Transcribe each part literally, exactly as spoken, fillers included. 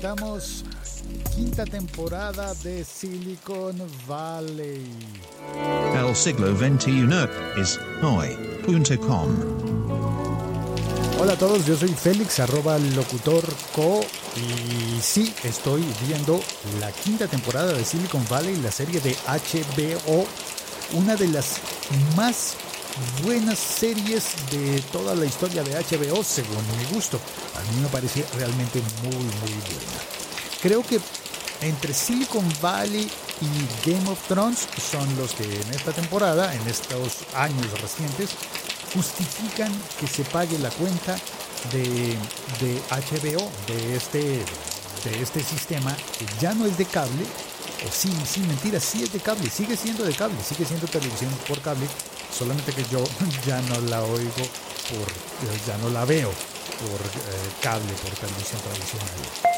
arrancamos quinta temporada de Silicon Valley. El siglo veintiuno es hoy punto com. Hola a todos, yo soy Félix, arroba locutorco, y sí, estoy viendo la quinta temporada de Silicon Valley, la serie de H B O, una de las más buenas series de toda la historia de H B O, según mi gusto. A mí me parece realmente muy, muy buena. Creo que entre Silicon Valley y Game of Thrones son los que en esta temporada, en estos años recientes, justifican que se pague la cuenta de, de H B O, de este, de este sistema que ya no es de cable. O sí, sí, mentira, sí es de cable, sigue siendo de cable, sigue siendo televisión por cable, solamente que yo ya no la oigo, por, ya no la veo por eh, cable, por televisión tradicional.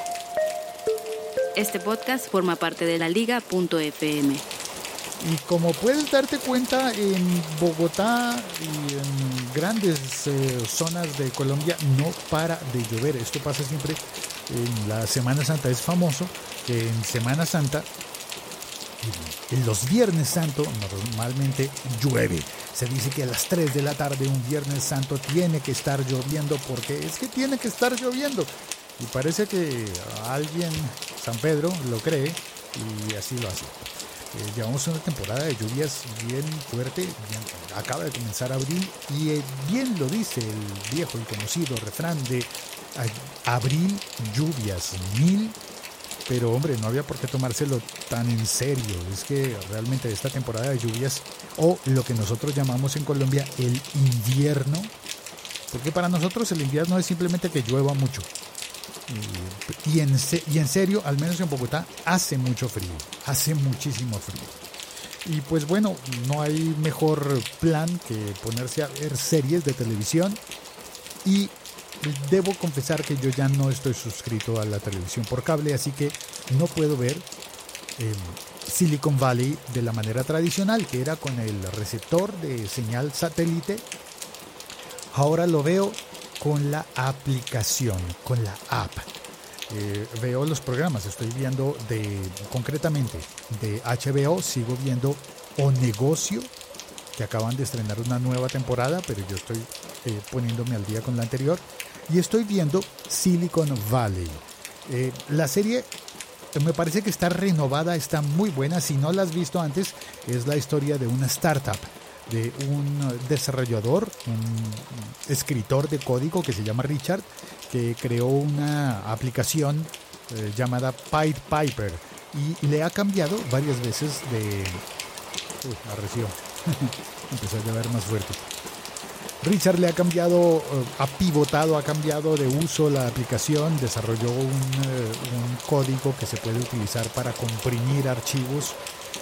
Este podcast forma parte de la liga punto efe eme. Y como puedes darte cuenta, en Bogotá y en grandes eh, zonas de Colombia no para de llover. Esto pasa siempre en la Semana Santa. Es famoso que en Semana Santa, en los Viernes Santo, normalmente llueve. Se dice que a las tres de la tarde un Viernes Santo tiene que estar lloviendo, porque es que tiene que estar lloviendo. Y parece que alguien, San Pedro, lo cree y así lo hace. Eh, llevamos una temporada de lluvias bien fuerte, bien, acaba de comenzar abril y eh, bien lo dice el viejo y conocido refrán de a, abril lluvias mil, pero hombre, no había por qué tomárselo tan en serio. Es que realmente esta temporada de lluvias, o lo que nosotros llamamos en Colombia el invierno, porque para nosotros el invierno es simplemente que llueva mucho. Y, y, en, y en serio, al menos en Bogotá, hace mucho frío, hace muchísimo frío. Y pues bueno, no hay mejor plan que ponerse a ver series de televisión. Y debo confesar que yo ya no estoy suscrito a la televisión por cable, así que no puedo ver eh, Silicon Valley de la manera tradicional, que era con el receptor de señal satélite. Ahora lo veo con la aplicación, con la app. Eh, veo los programas, estoy viendo de, concretamente de H B O, sigo viendo O Negocio, que acaban de estrenar una nueva temporada, pero yo estoy eh, poniéndome al día con la anterior, y estoy viendo Silicon Valley. Eh, la serie me parece que está renovada, está muy buena. Si no la has visto antes, es la historia de una startup, de un desarrollador, un escritor de código que se llama Richard, que creó una aplicación eh, llamada Pied Piper, y le ha cambiado varias veces de... Uy, arreció. Empezó a llover más fuerte. Richard le ha cambiado, ha pivotado, ha cambiado de uso la aplicación, desarrolló un, un código que se puede utilizar para comprimir archivos,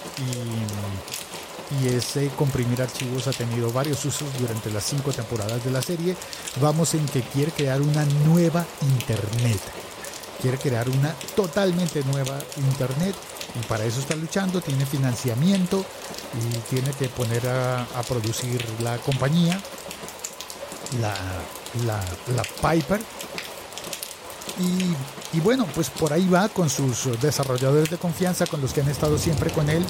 y, y ese comprimir archivos ha tenido varios usos durante las cinco temporadas de la serie. Vamos en que quiere crear una nueva internet, quiere crear una totalmente nueva internet, y para eso está luchando, tiene financiamiento y tiene que poner a, a producir la compañía, la, la, la Piper, y, y bueno, pues por ahí va con sus desarrolladores de confianza, con los que han estado siempre con él,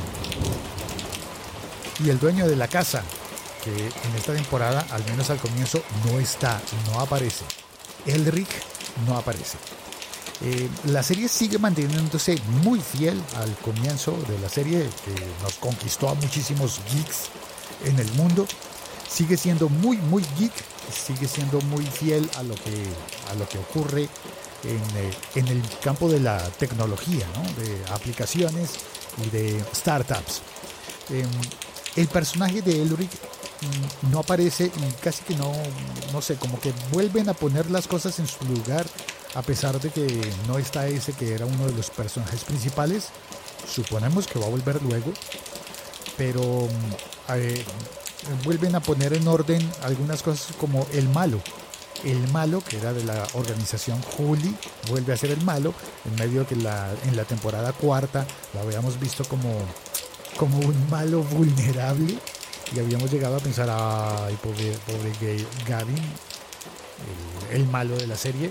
y el dueño de la casa, que en esta temporada, al menos al comienzo, no está, no aparece. Elric no aparece. Eh, la serie sigue manteniéndose muy fiel al comienzo de la serie, que nos conquistó a muchísimos geeks en el mundo. Sigue siendo muy, muy geek, sigue siendo muy fiel a lo que, a lo que ocurre en, eh, en el campo de la tecnología, ¿no? De aplicaciones y de startups. Eh, el personaje de Elric mm, no aparece, y casi que no, no sé, como que vuelven a poner las cosas en su lugar, a pesar de que no está ese que era uno de los personajes principales. Suponemos que va a volver luego, pero eh, vuelven a poner en orden algunas cosas, como el malo. El malo, que era de la organización Juli, vuelve a ser el malo, en medio de que la, en la temporada cuarta lo habíamos visto como, como un malo vulnerable, y habíamos llegado a pensar, ay, pobre, pobre Gavin, el, el malo de la serie.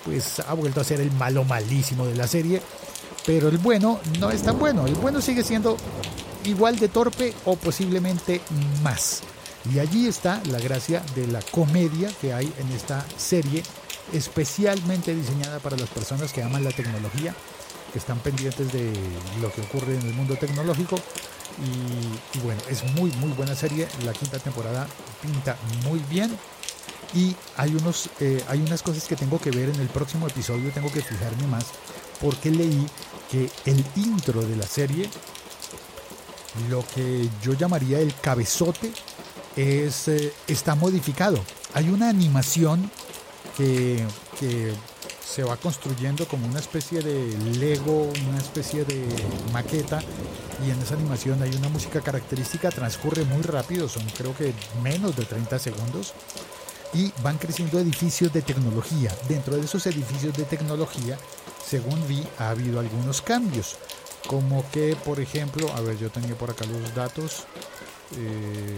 pues ha vuelto a ser el malo malísimo de la serie, pero el bueno no es tan bueno. El bueno sigue siendo igual de torpe o posiblemente más. Y allí está la gracia de la comedia que hay en esta serie, especialmente diseñada para las personas que aman la tecnología, que están pendientes de lo que ocurre en el mundo tecnológico. Y, y bueno, es muy muy buena serie. La quinta temporada pinta muy bien. Y hay, unos, eh, hay unas cosas que tengo que ver en el próximo episodio, tengo que fijarme más, porque leí que el intro de la serie, lo que yo llamaría el cabezote, es, eh, está modificado. Hay una animación que, que se va construyendo como una especie de Lego, una especie de maqueta, y en esa animación hay una música característica, transcurre muy rápido, son creo que menos de treinta segundos, y van creciendo edificios de tecnología. Dentro de esos edificios de tecnología, según vi, ha habido algunos cambios, como que, por ejemplo, a ver, yo tenía por acá los datos, eh,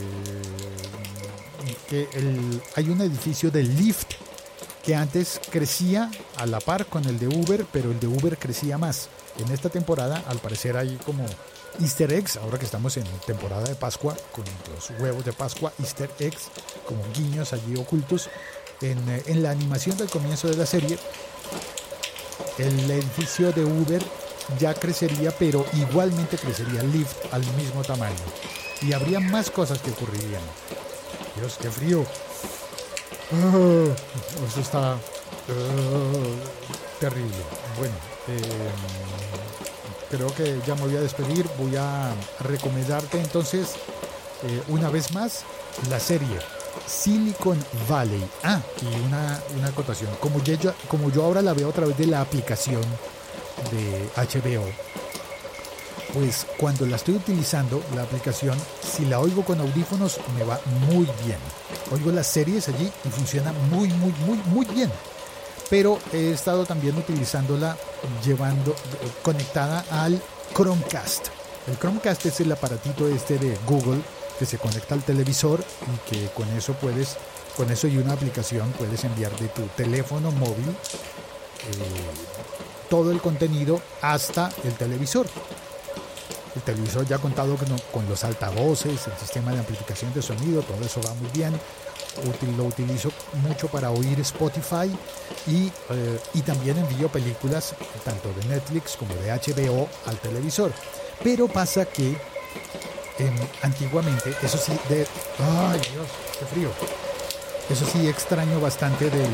que el, hay un edificio de Lyft que antes crecía a la par con el de Uber, pero el de Uber crecía más. En esta temporada, al parecer, hay como Easter eggs, ahora que estamos en temporada de Pascua, con los huevos de Pascua, Easter eggs, como guiños allí ocultos. En, en la animación del comienzo de la serie, el edificio de Uber ya crecería, pero igualmente crecería Lyft al mismo tamaño. Y habría más cosas que ocurrirían. Dios, qué frío. Oh, eso está oh, terrible. Bueno, eh, creo que ya me voy a despedir. Voy a recomendarte entonces eh, una vez más la serie Silicon Valley. Ah, y una, una acotación. Como yo, como yo ahora la veo a través de la aplicación de H B O, pues cuando la estoy utilizando, la aplicación, si la oigo con audífonos, me va muy bien. Oigo las series allí y funciona muy, muy, muy, muy bien. Pero he estado también utilizándola llevando, conectada al Chromecast. El Chromecast es el aparatito este de Google que se conecta al televisor y que con eso puedes, con eso y una aplicación puedes enviar de tu teléfono móvil eh, todo el contenido hasta el televisor. El televisor ya ha contado con, con los altavoces, el sistema de amplificación de sonido, todo eso va muy bien. Util, lo utilizo mucho para oír Spotify y, eh, y también envío películas tanto de Netflix como de H B O al televisor. Pero pasa que eh, antiguamente, eso sí, de... ¡Ay, Dios! ¡Qué frío! Eso sí extraño bastante del,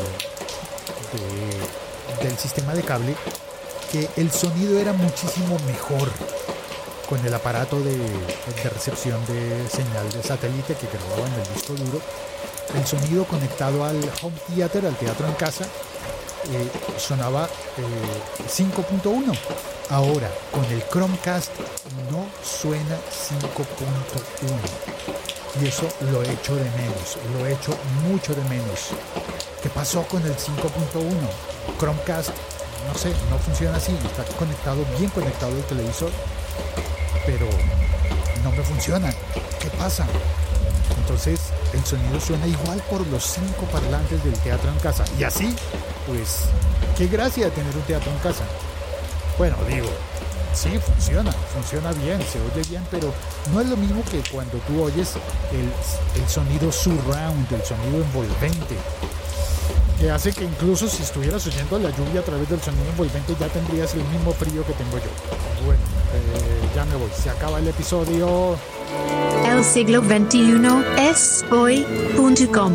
de, del sistema de cable, que el sonido era muchísimo mejor con el aparato de, de recepción de señal de satélite que grababa en el disco duro. El sonido conectado al home theater, al teatro en casa, eh, sonaba eh, cinco punto uno. Ahora, con el Chromecast no suena cinco punto uno. Y eso lo echo de menos, lo echo mucho de menos. ¿Qué pasó con el cinco punto uno? Chromecast, no sé, no funciona así. Está conectado, bien conectado al televisor, pero no me funciona. ¿Qué pasa? Entonces el sonido suena igual por los cinco parlantes del teatro en casa. Y así, pues, qué gracia tener un teatro en casa. Bueno, digo, sí, funciona, funciona bien, se oye bien, pero no es lo mismo que cuando tú oyes el, el sonido surround, el sonido envolvente, que hace que incluso si estuvieras oyendo la lluvia a través del sonido envolvente ya tendrías el mismo frío que tengo yo. Bueno, eh, ya me voy, se acaba el episodio. El siglo veintiuno es hoy punto com.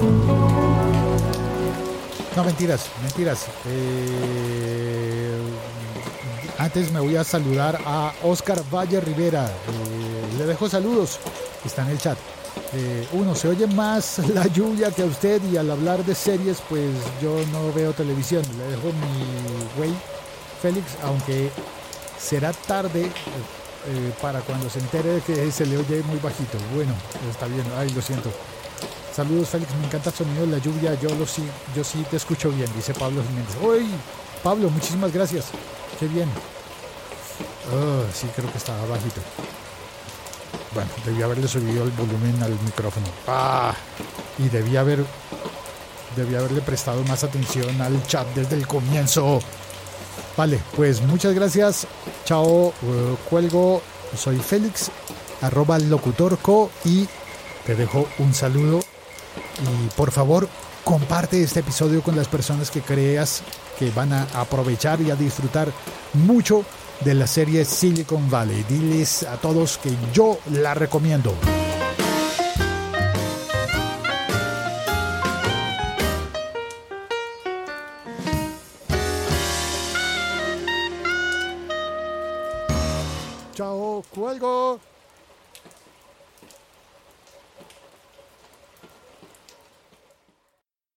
No, mentiras, mentiras. Eh, antes me voy a saludar a Oscar Valle Rivera. Eh, le dejo saludos, está en el chat. Eh, uno, se oye más la lluvia que a usted, y al hablar de series, pues yo no veo televisión. Le dejo mi güey Félix, aunque será tarde eh, para cuando se entere de que se le oye muy bajito. Bueno, está bien, ay, lo siento. Saludos, Félix, me encanta el sonido de la lluvia, yo, lo sí, yo sí te escucho bien, dice Pablo Jiménez. ¡Uy! Pablo, muchísimas gracias, qué bien. Oh, sí, creo que estaba bajito. Bueno, debí haberle subido el volumen al micrófono. ¡Ah! Y debí haber debí haberle prestado más atención al chat desde el comienzo. Vale, pues muchas gracias. Chao, uh, cuelgo. Soy Félix, arroba locutorco, y te dejo un saludo. Y por favor, comparte este episodio con las personas que creas que van a aprovechar y a disfrutar mucho de la serie Silicon Valley. Diles a todos que yo la recomiendo. Chao, cuelgo.